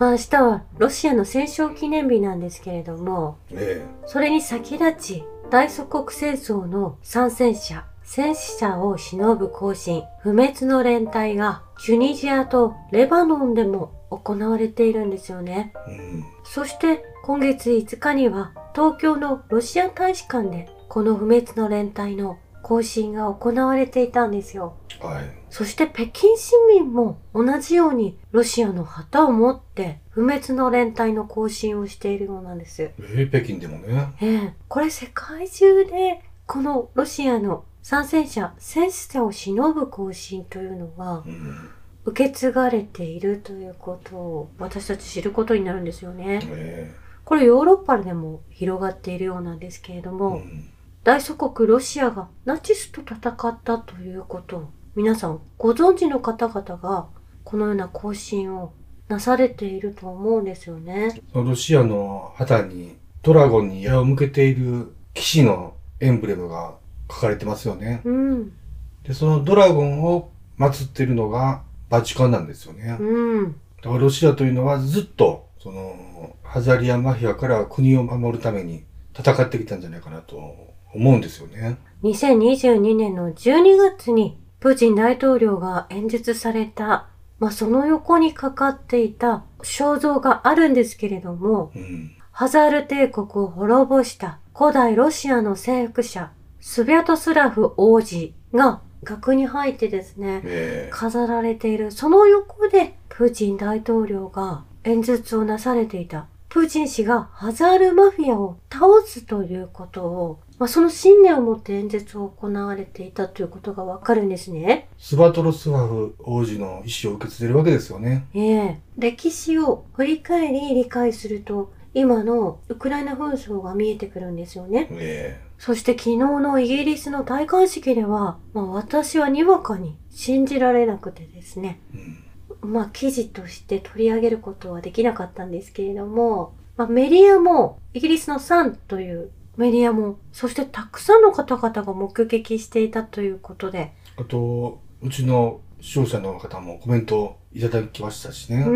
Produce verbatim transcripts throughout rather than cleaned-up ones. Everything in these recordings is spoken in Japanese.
まあ明日はロシアの戦勝記念日なんですけれども、 えそれに先立ち、大祖国戦争の参戦者、戦死者を偲ぶ行進、不滅の連隊がチュニジアとレバノンでも行われているんですよね。 え、うん、 そして今月いつかには東京のロシア大使館でこの不滅の連隊の行進が行われていたんですよ。 はい。 そして北京市民も同じようにロシアの旗を持って不滅の連隊の行進をしているようなんです。 ええ、北京でもね。 ええ、これ世界中でこのロシアの参戦者、戦死者を偲ぶ行進というのがうん、 受け継がれているということを私たち知ることになるんですよね。 えこれヨーロッパでも広がっているようなんですけれどえ、うも、 ん、 大祖国ロシアがナチスと戦ったということを皆さんご存知の方々がこのような行進をなされていると思うんですよね。 そのロシアの旗にドラゴンに矢を向けている騎士のエンブレムが書かれてますよね。 うん。 で、そのドラゴンを祀っているのがバチカンなんですよね。 うん。 だからロシアというのはずっと、その、ハザリアマフィアから国を守るために戦ってきたんじゃないかなと思うんですよね。 にせんにじゅうにねんのじゅうにがつにプーチン大統領が演説された、まあ、その横にかかっていた肖像があるんですけれども、 うん。 ハザール帝国を滅ぼした古代ロシアの征服者、スビャトスラフ王子が額に入ってですね、 ええ、 飾られている。その横でプーチン大統領が演説をなされていた。プーチン氏がハザールマフィアを倒すということを、まあ、その信念を持って演説を行われていたということがわかるんですね。 スバトロスワフ王子の意思を受け継いでるわけですよね。 ええ、歴史を振り返り理解すると、今のウクライナ紛争が見えてくるんですよね。 えそして昨日のイギリスの戴冠式では、まあ、私はにわかに信じられなくてですね、 え、うん。 まあ記事として取り上げることはできなかったんですけれども、まあ、メディアも、イギリスのサンというメディアも、そしてたくさんの方々が目撃していたということで、 あと、うちの視聴者の方もコメントをいただきましたしね。 うん。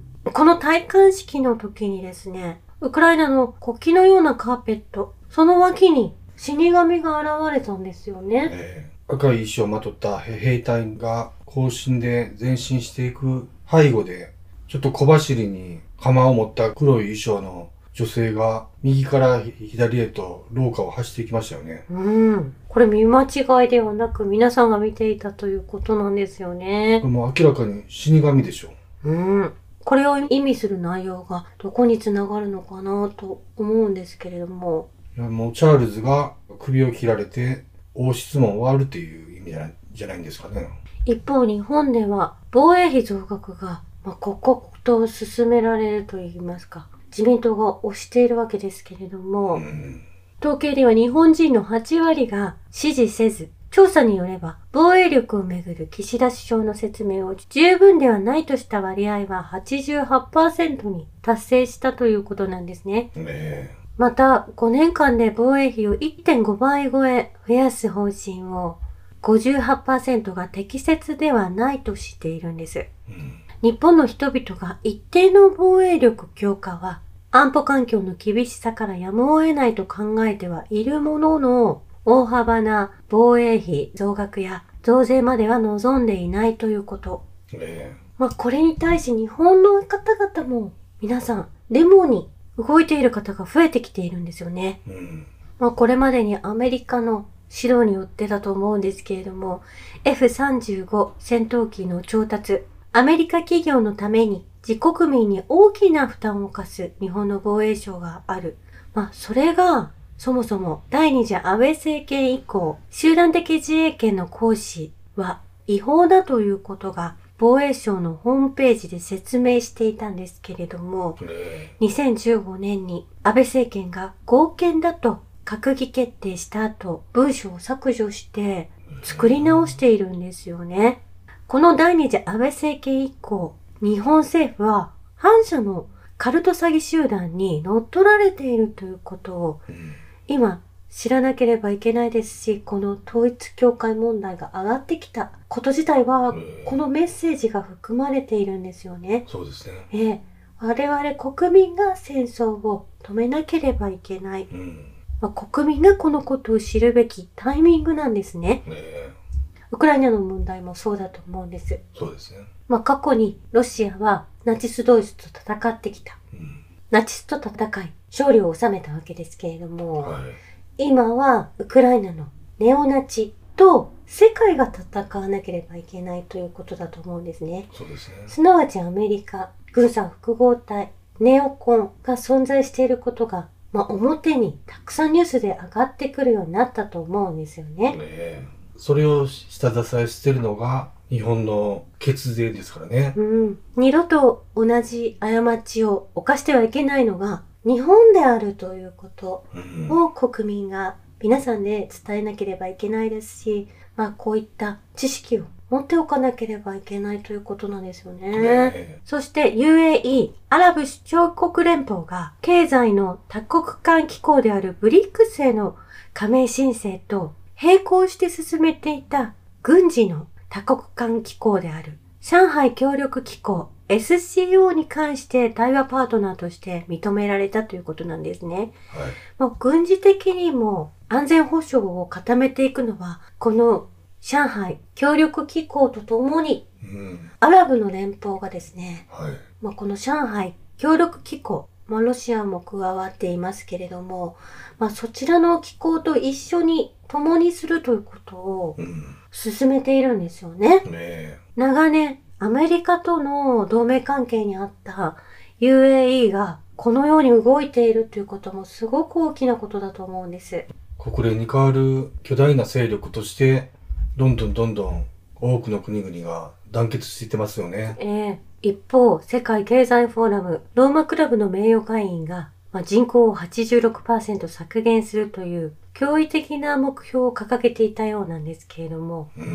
この戴冠式の時にですね、ウクライナの国旗のようなカーペット、その脇に死神が現れたんですよね。 ええ、赤い衣装をまとった兵隊が行進で前進していく背後で、ちょっと小走りに鎌を持った黒い衣装の女性が右から左へと廊下を走っていきましたよね。 うん。これ見間違いではなく皆さんが見ていたということなんですよねこれ。もう明らかに死神でしょ。 うん。これを意味する内容がどこにつながるのかなと思うんですけれども。 いや、もうチャールズが首を切られて王室も終わるっていう意味じゃないじゃないんですかね。 一方日本では防衛費増額が、まあ、刻々と進められるといいますか、自民党が推しているわけですけれども、 うん、 統計では日本人のはちわりが支持せず、調査によれば防衛力をめぐる岸田首相の説明を十分ではないとした割合は はちじゅうはちパーセント に達成したということなんですね。 ねえ。 またごねんかんで防衛費を いってんごばい超え増やす方針を ごじゅうはちパーセント が適切ではないとしているんです。 うん、 日本の人々が一定の防衛力強化は安保環境の厳しさからやむを得ないと考えてはいるものの、大幅な防衛費増額や増税までは望んでいないということ。 ねえ。 まあこれに対し日本の方々も皆さんデモに動いている方が増えてきているんですよね。 うん、 まあこれまでにアメリカの指導によってだと思うんですけれども、エフさんじゅうご 戦闘機の調達、アメリカ企業のために自国民に大きな負担を課す日本の防衛省がある。まあそれがそもそも第二次安倍政権以降、集団的自衛権の行使は違法だということが防衛省のホームページで説明していたんですけれども、 ねえ。 にせんじゅうごねんに安倍政権が合憲だと閣議決定した後、文書を削除して作り直しているんですよね。この第二次安倍政権以降、日本政府は反社のカルト詐欺集団に乗っ取られているということを今知らなければいけないですし、この統一教会問題が上がってきたこと自体はこのメッセージが含まれているんですよね。 そうですね。 ええ、 我々国民が戦争を止めなければいけない。 うん。 まあ、国民がこのことを知るべきタイミングなんですね。 ねえ。 ウクライナの問題もそうだと思うんです。 そうですね。 まあ、過去にロシアはナチスドイツと戦ってきた。 うん。 ナチスと戦い、勝利を収めたわけですけれども、 はい。 今はウクライナのネオナチと世界が戦わなければいけないということだと思うんですね。 そうですね。 すなわちアメリカ、軍産複合体、ネオコンが存在していることが、まあ、表にたくさんニュースで上がってくるようになったと思うんですよね。 ねえ。それを下支えしてるのが日本の血税ですからね。 うん。二度と同じ過ちを犯してはいけないのが日本であるということを国民が皆さんで伝えなければいけないですし、まあこういった知識を持っておかなければいけないということなんですよね。 ねそして ユーエーイー、アラブ首長国連邦が経済の多国間機構であるブリックスへの加盟申請と並行して進めていた軍事の多国間機構である上海協力機構 エスシーオー に関して対話パートナーとして認められたということなんですね。 はい。 もう軍事的にも安全保障を固めていくのはこの上海協力機構とともに、 うん、 アラブの連邦がですね、 はい。 まあ、この上海協力機構、まあ、ロシアも加わっていますけれども、まあ、そちらの機構と一緒に共にするということを進めているんですよね。 うん、ねえ。 長年アメリカとの同盟関係にあった ユーエーイー がこのように動いているということもすごく大きなことだと思うんです。 国連に代わる巨大な勢力としてどんどんどんどん多くの国々が団結していってますよね。 ええ一方、世界経済フォーラム、ローマクラブの名誉会員が、まあ、人口を はちじゅうろくパーセント 削減するという驚異的な目標を掲げていたようなんですけれども、 うん、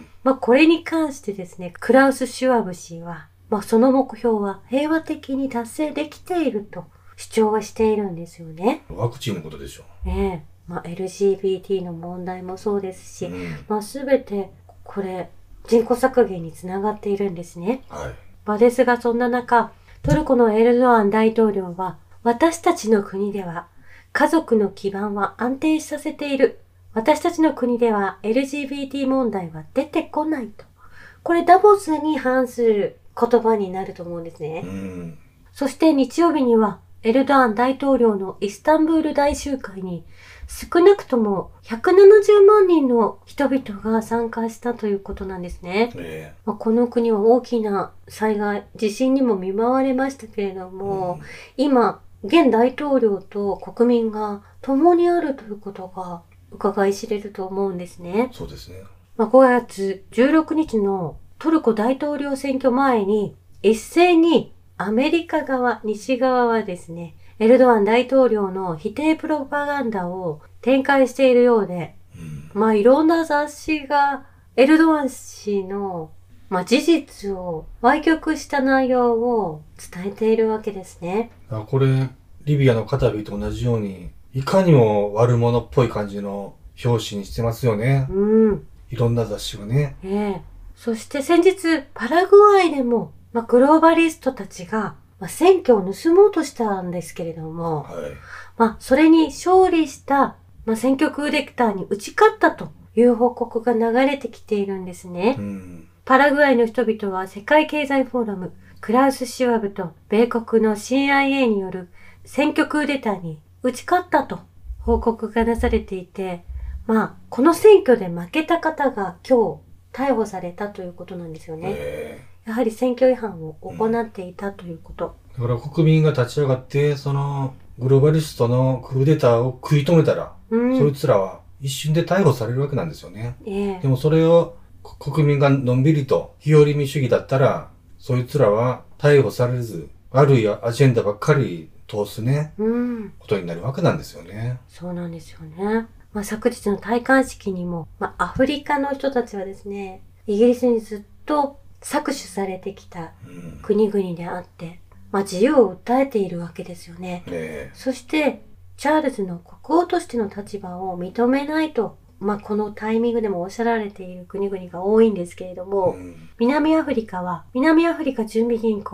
まあこれに関してですね、クラウス・シュワブ氏は、まあその目標は平和的に達成できていると主張はしているんですよね。 ワクチンのことでしょええまあ エルジービーティー の問題もそうですし、 う。うん、 まあすべてこれ人口削減につながっているんですね。 はい。 まあですがそんな中、トルコのエルドアン大統領は、私たちの国では家族の基盤は安定させている。私たちの国では エルジービーティー 問題は出てこないと。これダボスに反する言葉になると思うんですね。 うん、 そして日曜日にはエルドアン大統領のイスタンブール大集会に少なくともひゃくななじゅうまんにんの人々が参加したということなんですね。 ねまあ、この国は大きな災害、地震にも見舞われましたけれども、 うん、 今、現大統領と国民が共にあるということが伺い知れると思うんですね。 そうですね。 まあ、ごがつじゅうろくにちのトルコ大統領選挙前に一斉にアメリカ側、西側はですね、エルドアン大統領の否定プロパガンダを展開しているようで、 うん、 まあいろんな雑誌がエルドアン氏の、まあ、事実を歪曲した内容を伝えているわけですね。 あ、これ、リビアのカタビと同じように、いかにも悪者っぽい感じの表紙にしてますよね。 うん。 いろんな雑誌がね。 ええ。そして先日、パラグアイでも、まあ、グローバリストたちが、まあ、選挙を盗もうとしたんですけれども、 はい。 まあ、それに勝利した、まあ、選挙クーデターに打ち勝ったという報告が流れてきているんですね。 うん、 パラグアイの人々は世界経済フォーラム、クラウス・シュワブと米国の シーアイエー による選挙クーデターに打ち勝ったと報告がなされていて、まあ、この選挙で負けた方が今日逮捕されたということなんですよね。 えやはり選挙違反を行っていたということ。 ーだから国民が立ち上がって、そのグローバリストのクーデターを食い止めたら、 うん、 そいつらは一瞬で逮捕されるわけなんですよね。 ええ、 でもそれを国民がのんびりと日和見主義だったら、そいつらは逮捕されず、悪いアジェンダばっかり通すね、 うん、 ことになるわけなんですよね。 そうなんですよね。まあ、昨日の戴冠式にも、まあ、アフリカの人たちはですね、イギリスにずっと搾取されてきた国々であって、まあ、自由を訴えているわけですよね。 ねえ。 そして、チャールズの国王としての立場を認めないと、まあ、このタイミングでもおっしゃられている国々が多いんですけれども、 うん、 南アフリカは、南アフリカ準備銀行、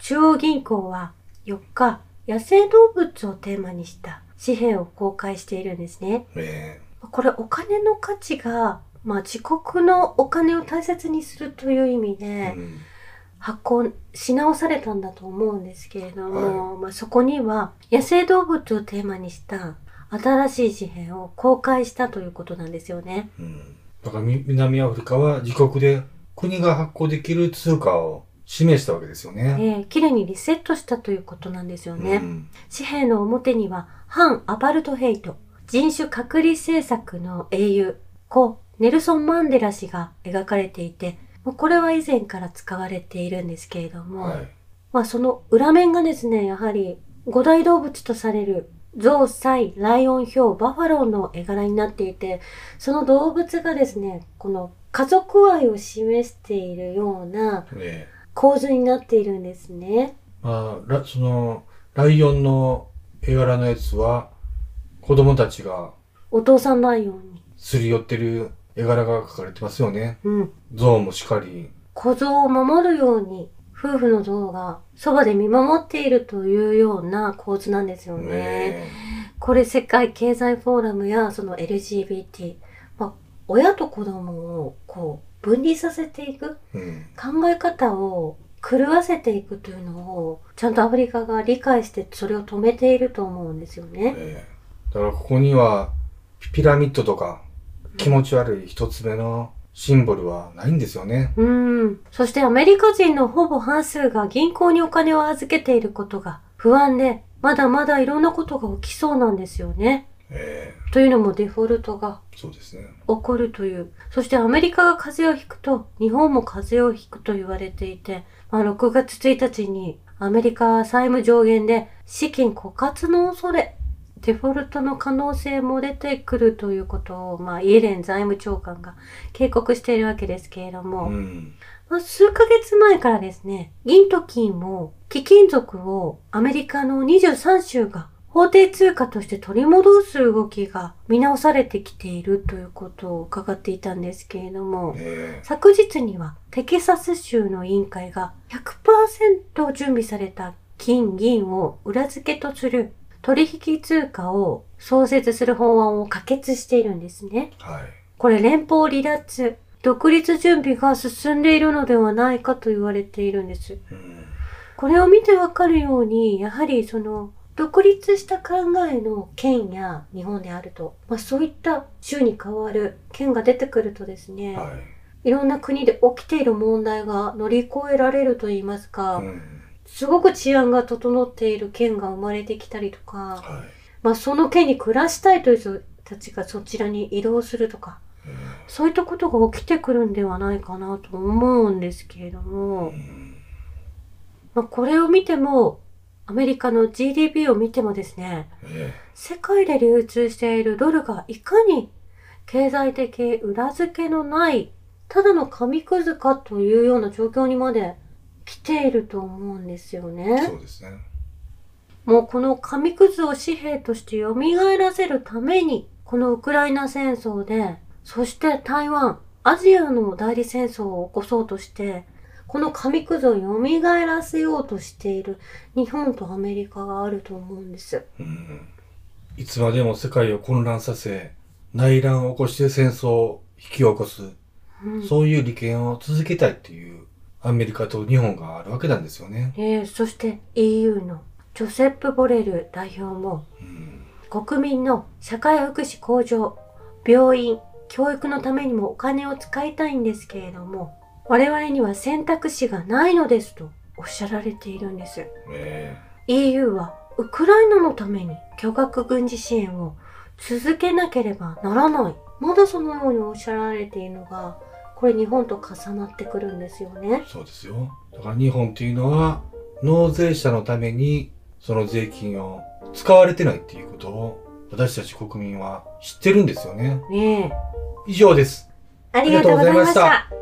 中央銀行はよっか、野生動物をテーマにした紙幣を公開しているんですね。 えこれお金の価値が、まあ、自国のお金を大切にするという意味えでうん発行し直されたんだと思うんですけれども、 はまあ、そこには野生動物をテーマにした新しい紙幣を公開したということなんですよね。 うんだからみ南アフリカは自国で国が発行できる通貨を示したわけですよね。 えー、きれいにリセットしたということなんですよね。 うん紙幣の表には反アパルトヘイト、人種隔離政策の英雄、故ネルソン・マンデラ氏が描かれていて、もうこれは以前から使われているんですけれども、 はいまあその裏面がですね、やはり五大動物とされる象、サイ、ライオン、ヒョウ、バファローの絵柄になっていて、その動物がですね、この家族愛を示しているようなね構図になっているんですね。 まあ、ラそのライオンの絵柄のやつは子供たちがお父さんライオンに。 すり寄ってる絵柄が描かれてますよね。 うん。 象もしかり。 小僧を守るように夫婦の象がそばで見守っているというような構図なんですよね。 ねこれ世界経済フォーラムやその エルジービーティー、まあ、親と子供をこう分離させていくえうん考え方を狂わせていくというのをちゃんとアフリカが理解してそれを止めていると思うんですよね。 ええだからここにはピラミッドとか気持ち悪い一つ目のシンボルはないんですよね。 うーん。そしてアメリカ人のほぼ半数が銀行にお金を預けていることが不安で、まだまだいろんなことが起きそうなんですよね。 えというのもデフォルトがえそうですね。 起こるという。そしてアメリカが風邪をひくと日本も風邪をひくと言われていて、まあ、ろくがつついたちにアメリカは債務上限で資金枯渇の恐れ、デフォルトの可能性も出てくるということを、まあ、イエレン財務長官が警告しているわけですけれども、 うんまあ、数ヶ月前からですね、銀と金を、貴金属をアメリカのにじゅうさん州が法定通貨として取り戻す動きが見直されてきているということを伺っていたんですけれども、 ええ昨日にはテキサス州の委員会が ひゃくパーセント 準備された金銀を裏付けとする取引通貨を創設する法案を可決しているんですね。 はい。 これ連邦離脱、独立準備が進んでいるのではないかと言われているんです。 うんこれを見てわかるように、やはりその独立した考えの県や日本であると、まあそういった州に変わる県が出てくるとですね、 はいろんな国で起きている問題が乗り越えられると言いますか、 い。うんすごく治安が整っている県が生まれてきたりとか、 はい。 まあその県に暮らしたいという人たちがそちらに移動するとか、 えそういったことが起きてくるんではないかなと思うんですけれどえも、 うんまあこれを見ても、アメリカの ジーディーピー を見てもですね、 え世界で流通しているドルがいかに経済的裏付けのない、ただの紙くずかというような状況にまで来ていると思うんですよえね。 そうですね。 もうこの紙くずを紙幣として蘇らせるために、このウクライナ戦争で、そして台湾、アジアの代理戦争を起こそうとして、この紙くずを蘇らせようとしている日本とアメリカがあると思うんです。 うんいつまでも世界を混乱させ、内乱を起こして戦争を引き起こす、 うんそういう利権を続けたいっていうアメリカと日本があるわけなんですよね。 えー、そして イーユー のジョセップ・ボレル代表も、 うん国民の社会福祉向上、病院、教育のためにもお金を使いたいんですけれども、我々には選択肢がないのですとおっしゃられているんです。 えイーユー はウクライナのために巨額軍事支援を続けなければならない。まだそのようにおっしゃられているのが、これ日本と重なってくるんですよねえ。そうですよ。だから日本っていうのは納税者のためにその税金を使われてないっていうことを私たち国民は知ってるんですよね。 ねえ。 以上です。 ありがとうございましありがとうございまた。